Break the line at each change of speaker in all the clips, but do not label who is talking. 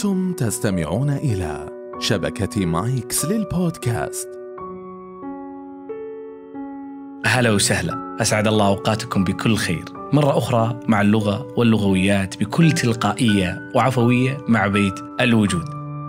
أنتم تستمعون إلى شبكة مايكس للبودكاست.
أهلا وسهلا، أسعد الله أوقاتكم بكل خير مرة أخرى مع اللغة واللغويات بكل تلقائية وعفوية مع بيت الوجود.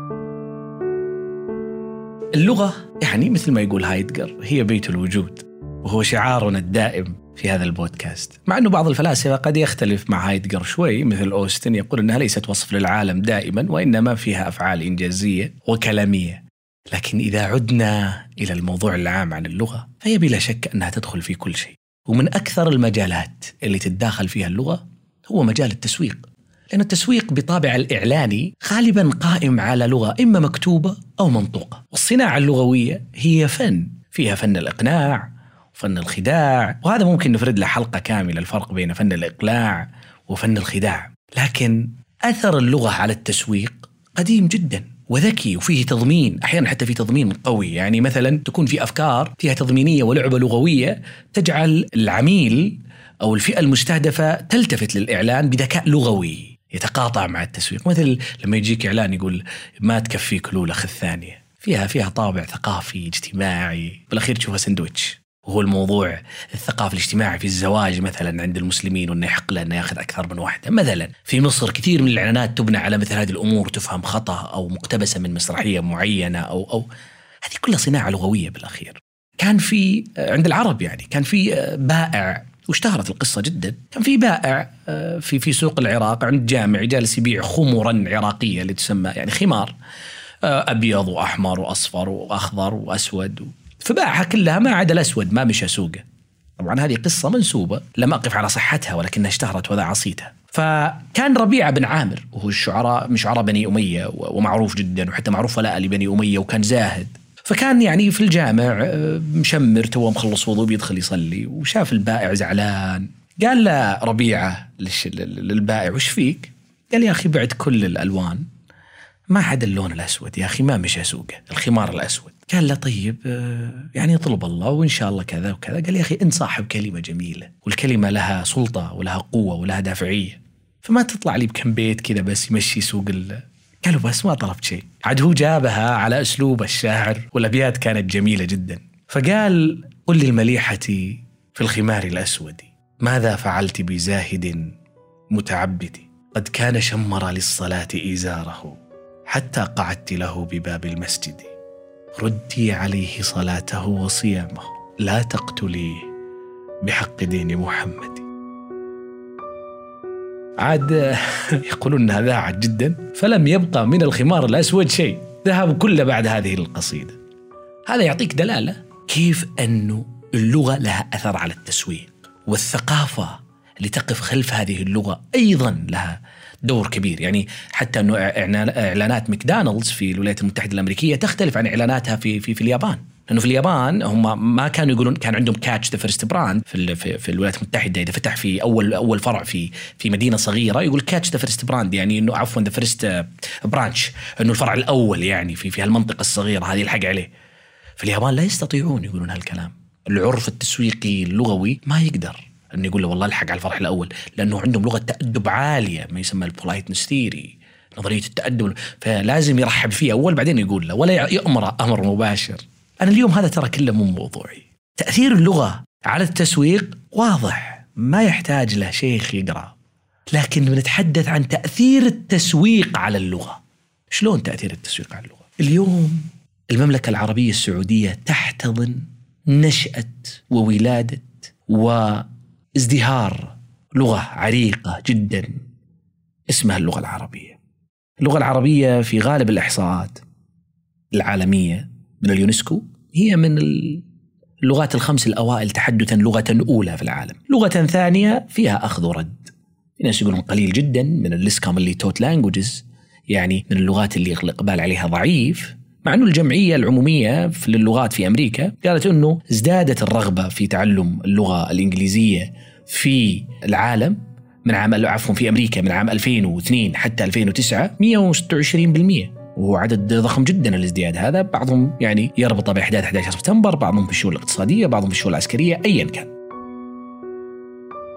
اللغة يعني مثل ما يقول هايدغر هي بيت الوجود، وهو شعارنا الدائم في هذا البودكاست، مع أنه بعض الفلاسفة قد يختلف مع هايدغر شوي، مثل أوستن يقول أنها ليست وصف للعالم دائما، وإنما فيها أفعال إنجازية وكلامية. لكن إذا عدنا إلى الموضوع العام عن اللغة فهي بلا شك أنها تدخل في كل شيء، ومن أكثر المجالات اللي تتداخل فيها اللغة هو مجال التسويق، لأن التسويق بطابع الإعلاني غالبا قائم على لغة إما مكتوبة أو منطوقة. والصناعة اللغوية هي فن، فيها فن الإقناع وفن الخداع، وهذا ممكن نفرد له حلقة كاملة، الفرق بين فن الإقلاع وفن الخداع. لكن أثر اللغة على التسويق قديم جدا وذكي، وفيه تضمين، أحيانا حتى في تضمين قوي. يعني مثلا تكون في أفكار فيها تضمينية ولعبة لغوية تجعل العميل أو الفئة المستهدفة تلتفت للإعلان بذكاء لغوي يتقاطع مع التسويق. مثل لما يجيك إعلان يقول ما تكفيك الأولى خذ ثانية، فيها طابع ثقافي اجتماعي، بالأخير تشوفها سندويتش، وهو الموضوع الثقافي الاجتماعي في الزواج مثلا عند المسلمين، وأنه يحق له أنه يأخذ أكثر من واحدة. مثلا في مصر كثير من الإعلانات تبنى على مثل هذه الأمور، تفهم خطأ أو مقتبسة من مسرحية معينة أو هذه كلها صناعة لغوية بالأخير. كان في عند العرب يعني كان في بائع، واشتهرت القصة جدا، كان في بائع في سوق العراق عند جامع جالس يبيع خمرا عراقية اللي تسمى يعني خمار، أبيض وأحمر وأصفر وأخضر وأسود، فباعها كلها ما عدا الأسود، ما مشى سوقه. طبعا هذه قصة منسوبة، لم أقف على صحتها ولكنها اشتهرت وذا عصيتها. فكان ربيعة بن عامر، وهو الشعراء من شعراء بني أمية ومعروف جدا، وحتى معروف ولاء لبني أمية، وكان زاهد. فكان يعني في الجامع مشمر تو مخلص وضوء بيدخل يصلي، وشاف البائع زعلان، قال له ربيعة للبائع وش فيك؟ قال يا أخي بعد كل الألوان ما حدا اللون الأسود يا أخي، ما مشى سوقه الخمار الأسود. قال له طيب يعني يطلب الله وإن شاء الله كذا وكذا. قال يا أخي أنت صاحب كلمة جميلة، والكلمة لها سلطة ولها قوة ولها دافعية، فما تطلع لي بكم بيت كذا بس يمشي سوق قالوا بس ما طلبت شيء. عاد هو جابها على أسلوب الشاعر، والأبيات كانت جميلة جدا. فقال قل للمليحة في الخمار الأسود ماذا فعلت بزاهد متعبد، قد كان شمر للصلاة إزاره حتى قعدت له بباب المسجد، ردي عليه صلاته وصيامه لا تقتليه بحق دين محمد. عاد يقولون أنها ذاعت جدا، فلم يبقى من الخمار الأسود شيء، ذهب كله بعد هذه القصيدة. هذا يعطيك دلالة كيف أنه اللغة لها أثر على التسويق، والثقافة اللي تقف خلف هذه اللغة أيضا لها دور كبير. يعني حتى أنه إعلانات ماكدونالدز في الولايات المتحدة الأمريكية تختلف عن إعلاناتها في اليابان، لأنه في اليابان هم ما كانوا يقولون، كان عندهم كاتش ذا فيرست براند في الولايات المتحدة. إذا فتح في أول فرع في مدينة صغيرة يقول كاتش ذا فيرست براند، يعني إنه عفوا ذا فيرست برانش، إنه الفرع الأول يعني في هالمنطقة الصغيرة هذه الحق عليه. في اليابان لا يستطيعون يقولون هالكلام، العرف التسويقي اللغوي ما يقدر أن يقول له والله الحق على الفرح الأول، لأنه عندهم لغة تأدب عالية، ما يسمى البولايتنس ثيري، نظرية التأدب، فلازم يرحب فيه أول بعدين يقول له، ولا يأمر أمر مباشر. أنا اليوم هذا ترى كله مو موضوعي. تأثير اللغة على التسويق واضح، ما يحتاج له شيخ يقرأ، لكن بنتحدث عن تأثير التسويق على اللغة. شلون تأثير التسويق على اللغة؟ اليوم المملكة العربية السعودية تحتضن نشأة وولادة وازدهار لغة عريقة جدا اسمها اللغة العربية. اللغة العربية في غالب الإحصاءات العالمية من اليونسكو هي من اللغات الخمس الأوائل تحدثا لغة أولى في العالم. لغة ثانية فيها أخذ ورد، في ناس يقولون قليل جدا من الليست كومنلي توت لانجويجز، يعني من اللغات اللي الإقبال عليها ضعيف، مع أنه الجمعية العمومية للغات في أمريكا قالت أنه ازدادت الرغبة في تعلم اللغة الإنجليزية في العالم في أمريكا من عام 2002 حتى 2009 126%، وهو عدد ضخم جدا الازدياد هذا. بعضهم يعني يربط بأحداث 11 سبتمبر، بعضهم بالشؤون الاقتصادية، بعضهم بالشؤون العسكرية، أيا كان.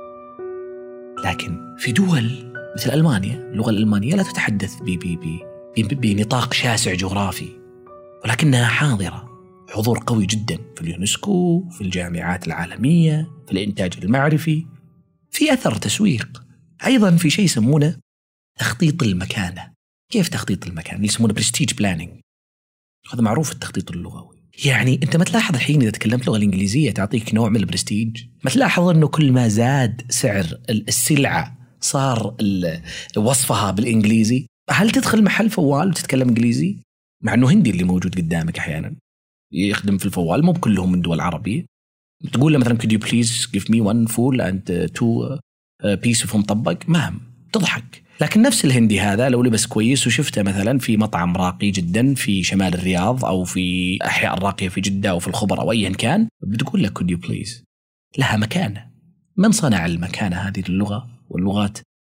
لكن في دول مثل ألمانيا اللغة الألمانية لا تتحدث بنطاق شاسع جغرافي، ولكنها حاضرة حضور قوي جدا في اليونسكو، في الجامعات العالمية، في الإنتاج المعرفي، في أثر تسويق. أيضا في شيء يسمونه تخطيط المكانة. كيف تخطيط المكان؟ اللي يسمونه برستيج بلانينج. هذا معروف التخطيط اللغوي. يعني أنت ما تلاحظ الحين إذا تكلمت اللغة الإنجليزية تعطيك نوع من البرستيج؟ ما تلاحظ أنه كل ما زاد سعر السلعة صار وصفها بالإنجليزي؟ هل تدخل محل فوال وتتكلم إنجليزي؟ مع أنه هندي اللي موجود قدامك أحيانا يخدم في الفوال، مو بكلهم من دول عربية. تقول له مثلا could you please give me one full and two piece of مطبق، ما هم تضحك. لكن نفس الهندي هذا لو لبس كويس وشفته مثلا في مطعم راقي جدا في شمال الرياض أو في أحياء الراقية في جدة أو في الخبر أو أيا كان، بتقول له could you please. لها مكانة. من صنع المكانة هذه اللغة واللغات؟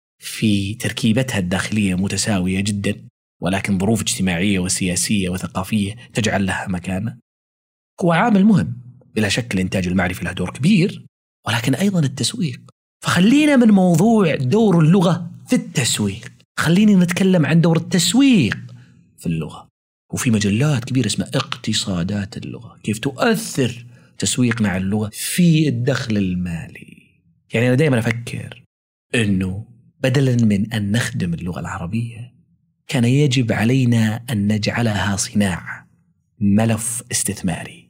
في تركيبتها الداخلية متساوية جدا، ولكن ظروف اجتماعية وسياسية وثقافية تجعل لها مكانة. هو عامل مهم بلا شك، الإنتاج المعرفي له دور كبير، ولكن أيضا التسويق. فخلينا من موضوع دور اللغة في التسويق، خليني نتكلم عن دور التسويق في اللغة. وفي مجلات كبيرة اسمها اقتصادات اللغة، كيف تؤثر تسويقنا على اللغة في الدخل المالي. يعني أنا دائما أفكر أنه بدلا من أن نخدم اللغة العربية كان يجب علينا أن نجعلها صناعة، ملف استثماري،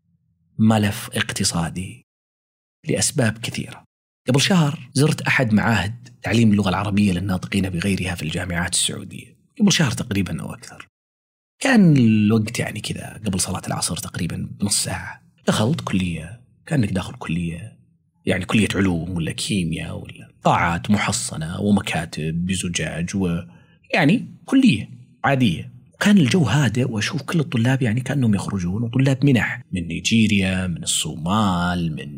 ملف اقتصادي، لأسباب كثيرة. قبل شهر زرت أحد معاهد تعليم اللغة العربية للناطقين بغيرها في الجامعات السعودية، قبل شهر تقريبا أو أكثر. كان الوقت يعني كذا قبل صلاة العصر تقريبا بنص ساعة. دخلت كلية كأنك داخل كلية، يعني كلية علوم ولا كيمياء ولا قاعات محصنة ومكاتب بزجاج، ويعني كلية عادية. كان الجو هادئ وأشوف كل الطلاب يعني كأنهم يخرجون، وطلاب منح من نيجيريا، من الصومال، من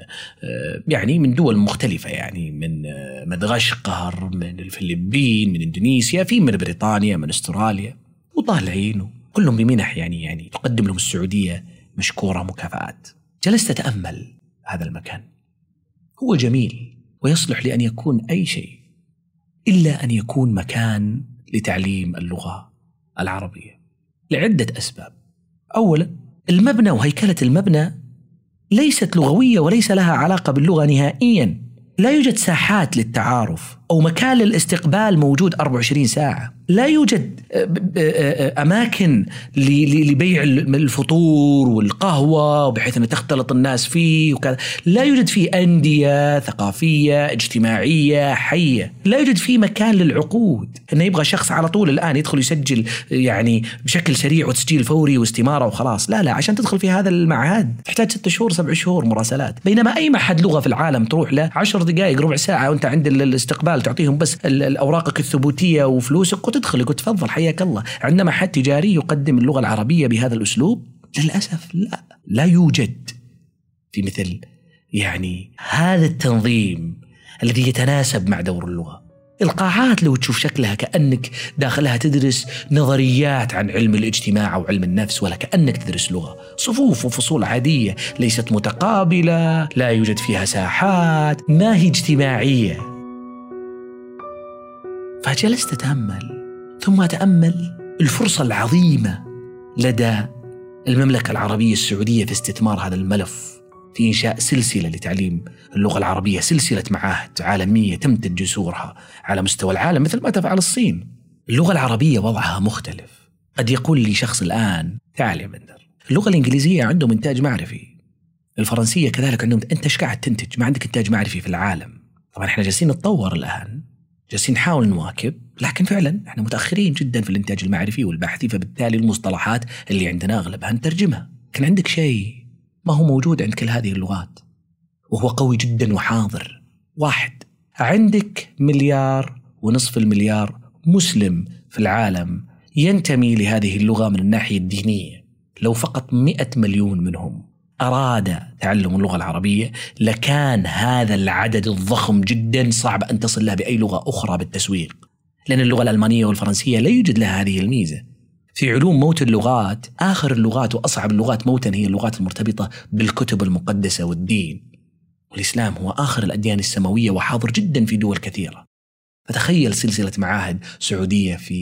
يعني من دول مختلفة، يعني من مدغشقر، من الفلبين، من إندونيسيا، في من بريطانيا، من أستراليا، وطالعين كلهم بمنح يعني تقدم لهم السعودية مشكورة مكافآت. جلست أتأمل هذا المكان، هو جميل ويصلح لأن يكون أي شيء إلا أن يكون مكان لتعليم اللغة العربية لعدة أسباب. أولا، المبنى وهيكلة المبنى ليست لغوية وليس لها علاقة باللغة نهائيا. لا يوجد ساحات للتعارف أو مكان للاستقبال موجود 24 ساعة. لا يوجد أماكن لبيع الفطور والقهوة بحيث أن تختلط الناس فيه وكذا. لا يوجد فيه أندية ثقافية اجتماعية حية. لا يوجد فيه مكان للعقود، أنه يبغى شخص على طول الآن يدخل يسجل يعني بشكل سريع وتسجيل فوري واستمارة وخلاص. لا، عشان تدخل في هذا المعهد تحتاج 6 شهور 7 شهور مراسلات. بينما أي معهد لغة في العالم تروح له 10 دقائق ربع ساعة وأنت عند الاستقبال تعطيهم بس أوراقك الثبوتية وفلوسك وتدخل وتفضل حياك الله. عندنا معهد تجاري يقدم اللغة العربية بهذا الأسلوب؟ للأسف لا يوجد في مثل يعني هذا التنظيم الذي يتناسب مع دور اللغة. القاعات لو تشوف شكلها كأنك داخلها تدرس نظريات عن علم الاجتماع أو علم النفس، ولا كأنك تدرس لغة. صفوف وفصول عادية ليست متقابلة، لا يوجد فيها ساحات، ما هي اجتماعية. فجلست أتأمل، ثم أتأمل الفرصة العظيمة لدى المملكة العربية السعودية في استثمار هذا الملف، في إنشاء سلسلة لتعليم اللغة العربية، سلسلة معاهد عالمية تمتد جسورها على مستوى العالم مثل ما تفعل الصين. اللغة العربية وضعها مختلف. قد يقول لي شخص الآن تعال يا مندر، اللغة الإنجليزية عندهم إنتاج معرفي، الفرنسية كذلك عندهم. أنت إيش قاعد تنتج؟ ما عندك إنتاج معرفي في العالم. طبعا إحنا جالسين نتطور الآن، جالسين نحاول نواكب، لكن فعلا إحنا متأخرين جدا في الإنتاج المعرفي والبحثي، فبالتالي المصطلحات اللي عندنا أغلبها نترجمها. كان عندك شيء ما هو موجود عند كل هذه اللغات وهو قوي جدا وحاضر. 1، عندك 1.5 مليار مسلم في العالم ينتمي لهذه اللغة من الناحية الدينية. لو فقط 100 مليون منهم أراد تعلم اللغة العربية لكان هذا العدد الضخم جدا صعب أن تصل له بأي لغة أخرى بالتسويق، لأن اللغة الألمانية والفرنسية لا يوجد لها هذه الميزة. في علوم موت اللغات، آخر اللغات وأصعب اللغات موتا هي اللغات المرتبطة بالكتب المقدسة والدين، والإسلام هو آخر الأديان السماوية وحاضر جدا في دول كثيرة. فتخيل سلسلة معاهد سعودية في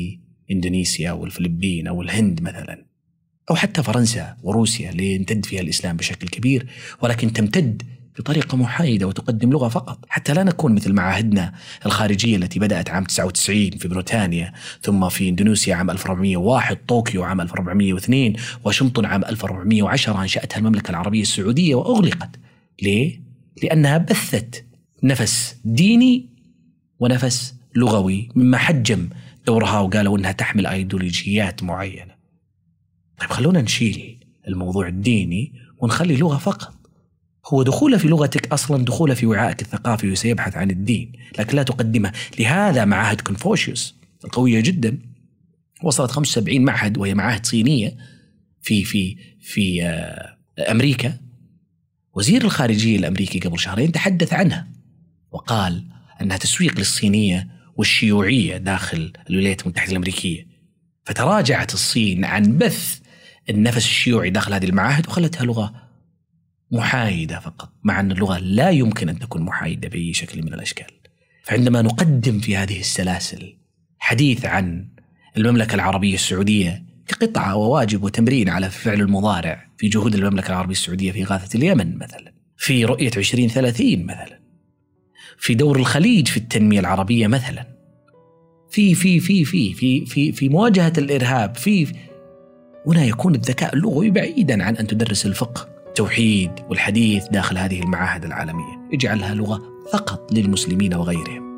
إندونيسيا والفلبين أو الهند مثلا، أو حتى فرنسا وروسيا اللي يمتد فيها الإسلام بشكل كبير، ولكن تمتد بطريقة محايدة وتقدم لغة فقط، حتى لا نكون مثل معاهدنا الخارجية التي بدأت عام 99 في بريطانيا، ثم في إندونيسيا عام 1401، طوكيو عام 1402، واشنطن عام 1410 أنشأتها المملكة العربية السعودية وأغلقت. ليه؟ لأنها بثت نفس ديني ونفس لغوي، مما حجم دورها وقالوا أنها تحمل أيديولوجيات معينة. طيب خلونا نشيل الموضوع الديني ونخلي لغة فقط. هو دخوله في لغتك أصلا دخوله في وعائك الثقافي وسيبحث عن الدين، لكن لا تقدمه. لهذا معاهد كونفوشيوس القوية جدا وصلت 75 معهد، وهي معاهد صينية في أمريكا. وزير الخارجية الأمريكي قبل شهرين تحدث عنها وقال أنها تسويق للصينية والشيوعية داخل الولايات المتحدة الأمريكية. فتراجعت الصين عن بث النفس الشيوعي داخل هذه المعاهد وخلتها لغة محايدة فقط، مع أن اللغة لا يمكن أن تكون محايدة بأي شكل من الأشكال. فعندما نقدم في هذه السلاسل حديث عن المملكة العربية السعودية كقطعة وواجب وتمرين على فعل المضارع في جهود المملكة العربية السعودية في إغاثة اليمن مثلا، في رؤية 2030 مثلا، في دور الخليج في التنمية العربية مثلا، في في في في في في في مواجهة الإرهاب، هنا يكون الذكاء اللغوي بعيدا عن أن تدرس الفقه التوحيد والحديث داخل هذه المعاهد العالمية. اجعلها لغة فقط للمسلمين وغيرهم.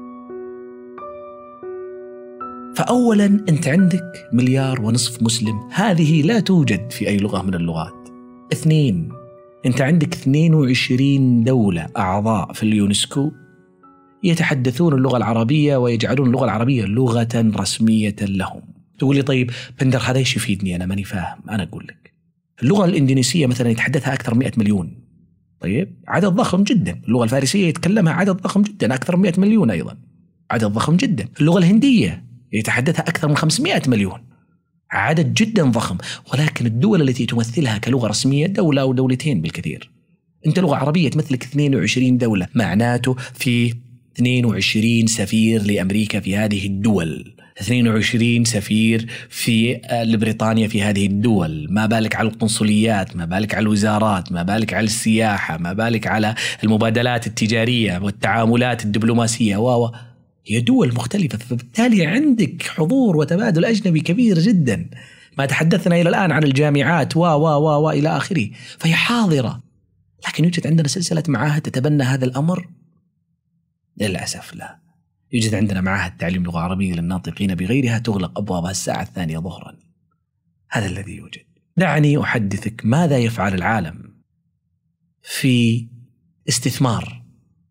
فأولا أنت عندك 1.5 مليار مسلم، هذه لا توجد في أي لغة من اللغات. 2 أنت عندك 22 دولة أعضاء في اليونسكو يتحدثون اللغة العربية ويجعلون اللغة العربية لغة رسمية لهم. تقول لي طيب بندر هذا ايش يفيدني؟ أنا ماني فاهم. أنا أقول لك اللغة الإندونيسية مثلا يتحدثها أكثر من 100 مليون. طيب عدد ضخم جدا. اللغة الفارسية يتكلمها عدد ضخم جدا أكثر من 100 مليون أيضا، عدد ضخم جدا. اللغة الهندية يتحدثها أكثر من 500 مليون، عدد جدا ضخم. ولكن الدول التي تمثلها كلغة رسمية دولة أو دولتين بالكثير. أنت لغة عربية تمثلك 22 دولة، معناته في 22 سفير لأمريكا في هذه الدول، 22 سفير في بريطانيا في هذه الدول، ما بالك على القنصليات، ما بالك على الوزارات، ما بالك على السياحة، ما بالك على المبادلات التجارية والتعاملات الدبلوماسية هي دول مختلفة. فبالتالي عندك حضور وتبادل أجنبي كبير جدا. ما تحدثنا إلى الآن عن الجامعات إلى آخره، فهي حاضرة. لكن يوجد عندنا سلسلة معاهد تتبنى هذا الأمر؟ للأسف لا. يوجد عندنا معاهد تعليم لغة عربية للناطقين بغيرها تغلق أبوابها الساعة 2 ظهرا. هذا الذي يوجد. دعني أحدثك ماذا يفعل العالم في استثمار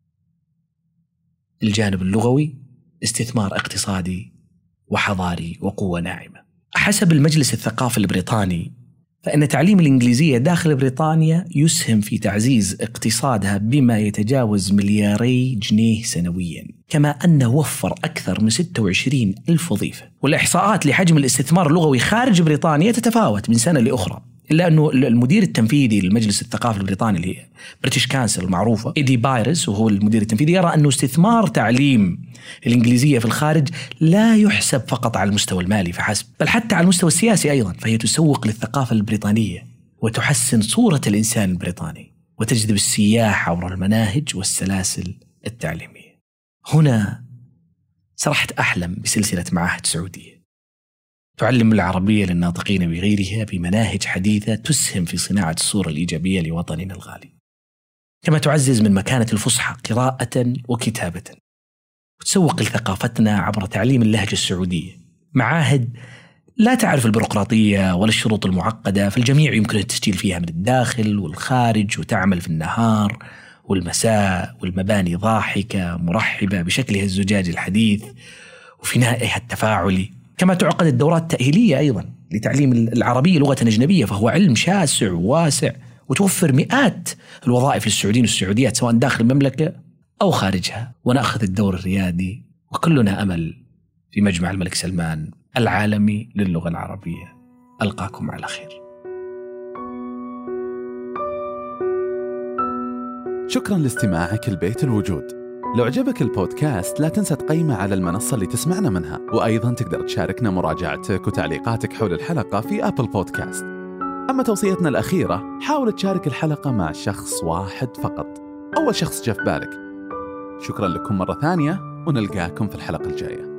الجانب اللغوي، استثمار اقتصادي وحضاري وقوة ناعمة. حسب المجلس الثقافي البريطاني فإن تعليم الإنجليزية داخل بريطانيا يسهم في تعزيز اقتصادها بما يتجاوز 2 مليار جنيه سنويا، كما أنه وفر أكثر من 26 ألف وظيفة. والإحصاءات لحجم الاستثمار اللغوي خارج بريطانيا تتفاوت من سنة لأخرى، إلا أنه المدير التنفيذي للمجلس الثقافي البريطاني اللي هي بريتش كانسل المعروفة إيدي بايرس، وهو المدير التنفيذي، يرى أنه استثمار تعليم الإنجليزية في الخارج لا يحسب فقط على المستوى المالي فحسب، بل حتى على المستوى السياسي أيضا. فهي تسوق للثقافة البريطانية وتحسن صورة الإنسان البريطاني وتجذب السياح عبر المناهج والسلاسل التعليمية. هنا سرحت أحلم بسلسلة معاهد سعودية تعلم العربية للناطقين بغيرها بمناهج حديثة تسهم في صناعة الصورة الإيجابية لوطننا الغالي، كما تعزز من مكانة الفصحى قراءة وكتابة، وتسوق لثقافتنا عبر تعليم اللهجة السعودية. معاهد لا تعرف البيروقراطية ولا الشروط المعقدة، فالجميع يمكن التسجيل فيها من الداخل والخارج، وتعمل في النهار والمساء، والمباني ضاحكة مرحبة بشكلها الزجاجي الحديث وفنائها التفاعلي. كما تعقد الدورات التأهيلية أيضا لتعليم العربية لغة أجنبية، فهو علم شاسع وواسع، وتوفر مئات الوظائف للسعوديين والسعوديات سواء داخل المملكة أو خارجها. ونأخذ الدور الريادي، وكلنا أمل في مجمع الملك سلمان العالمي للغة العربية. ألقاكم على خير.
شكرا لاستماعك لبيت الوجود. لو عجبك البودكاست لا تنسى تقيمه على المنصة اللي تسمعنا منها، وأيضا تقدر تشاركنا مراجعتك وتعليقاتك حول الحلقة في أبل بودكاست. أما توصيتنا الأخيرة، حاول تشارك الحلقة مع شخص واحد فقط، أول شخص جاء في بالك. شكرا لكم مرة ثانية، ونلقاكم في الحلقة الجاية.